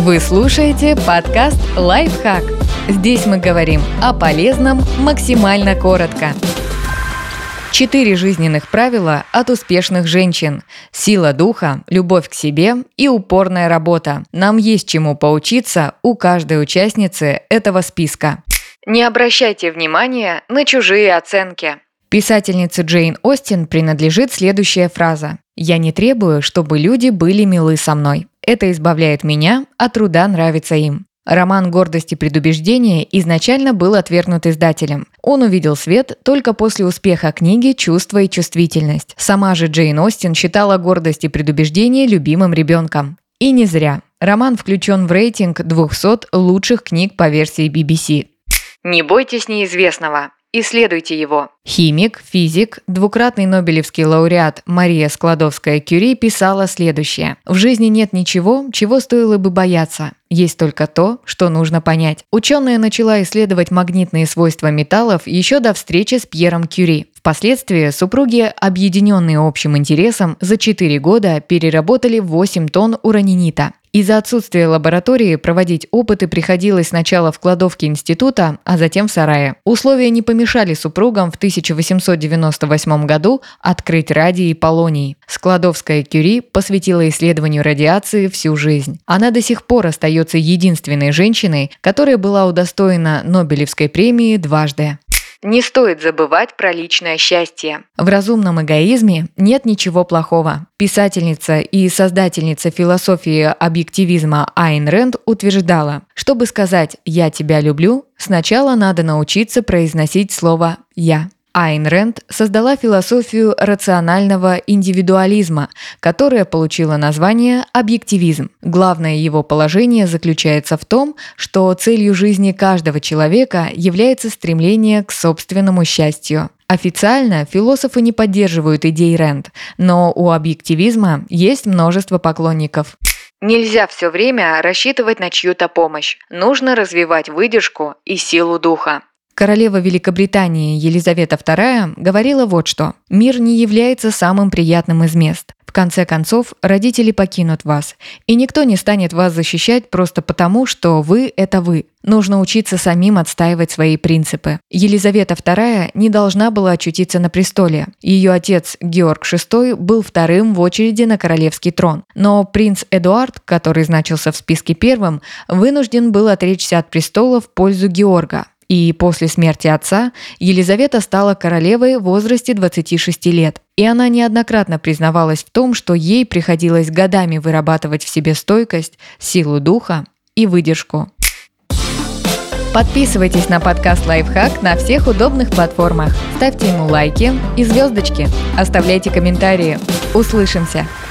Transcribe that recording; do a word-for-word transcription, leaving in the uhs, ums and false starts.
Вы слушаете подкаст «Лайфхак». Здесь мы говорим о полезном максимально коротко. Четыре жизненных правила от успешных женщин. Сила духа, любовь к себе и упорная работа. Нам есть чему поучиться у каждой участницы этого списка. Не обращайте внимания на чужие оценки. Писательнице Джейн Остин принадлежит следующая фраза: «Я не требую, чтобы люди были милы со мной. Это избавляет меня от труда нравиться им». Роман «Гордость и предубеждение» изначально был отвергнут издателем. Он увидел свет только после успеха книги «Чувство и чувствительность». Сама же Джейн Остин считала «Гордость и предубеждение» любимым ребенком. И не зря. Роман включен в рейтинг двухсот лучших книг по версии би би си. Не бойтесь неизвестного. Исследуйте его. Химик, физик, двукратный нобелевский лауреат Мария Склодовская-Кюри писала следующее: «В жизни нет ничего, чего стоило бы бояться. Есть только то, что нужно понять». Ученая начала исследовать магнитные свойства металлов еще до встречи с Пьером Кюри. Впоследствии супруги, объединенные общим интересом, за четыре года переработали восемь тонн уранинита. Из-за отсутствия лаборатории проводить опыты приходилось сначала в кладовке института, а затем в сарае. Условия не помешали супругам в тысяча восемьсот девяносто восьмом году открыть радий и полоний. Склодовская-Кюри посвятила исследованию радиации всю жизнь. Она до сих пор остается единственной женщиной, которая была удостоена Нобелевской премии дважды. Не стоит забывать про личное счастье. В разумном эгоизме нет ничего плохого. Писательница и создательница философии объективизма Айн Рэнд утверждала: чтобы сказать «я тебя люблю», сначала надо научиться произносить слово «я». Айн Рэнд создала философию рационального индивидуализма, которая получила название объективизм. Главное его положение заключается в том, что целью жизни каждого человека является стремление к собственному счастью. Официально философы не поддерживают идей Рэнд, но у объективизма есть множество поклонников. Нельзя все время рассчитывать на чью-то помощь. Нужно развивать выдержку и силу духа. Королева Великобритании Елизавета вторая говорила вот что: «Мир не является самым приятным из мест. В конце концов, родители покинут вас, и никто не станет вас защищать просто потому, что вы – это вы. Нужно учиться самим отстаивать свои принципы». Елизавета вторая не должна была очутиться на престоле. Ее отец Георг шестой был вторым в очереди на королевский трон. Но принц Эдуард, который значился в списке первым, вынужден был отречься от престола в пользу Георга. И после смерти отца Елизавета стала королевой в возрасте двадцати шести лет. И она неоднократно признавалась в том, что ей приходилось годами вырабатывать в себе стойкость, силу духа и выдержку. Подписывайтесь на подкаст «Лайфхак» на всех удобных платформах. Ставьте ему лайки и звездочки. Оставляйте комментарии. Услышимся!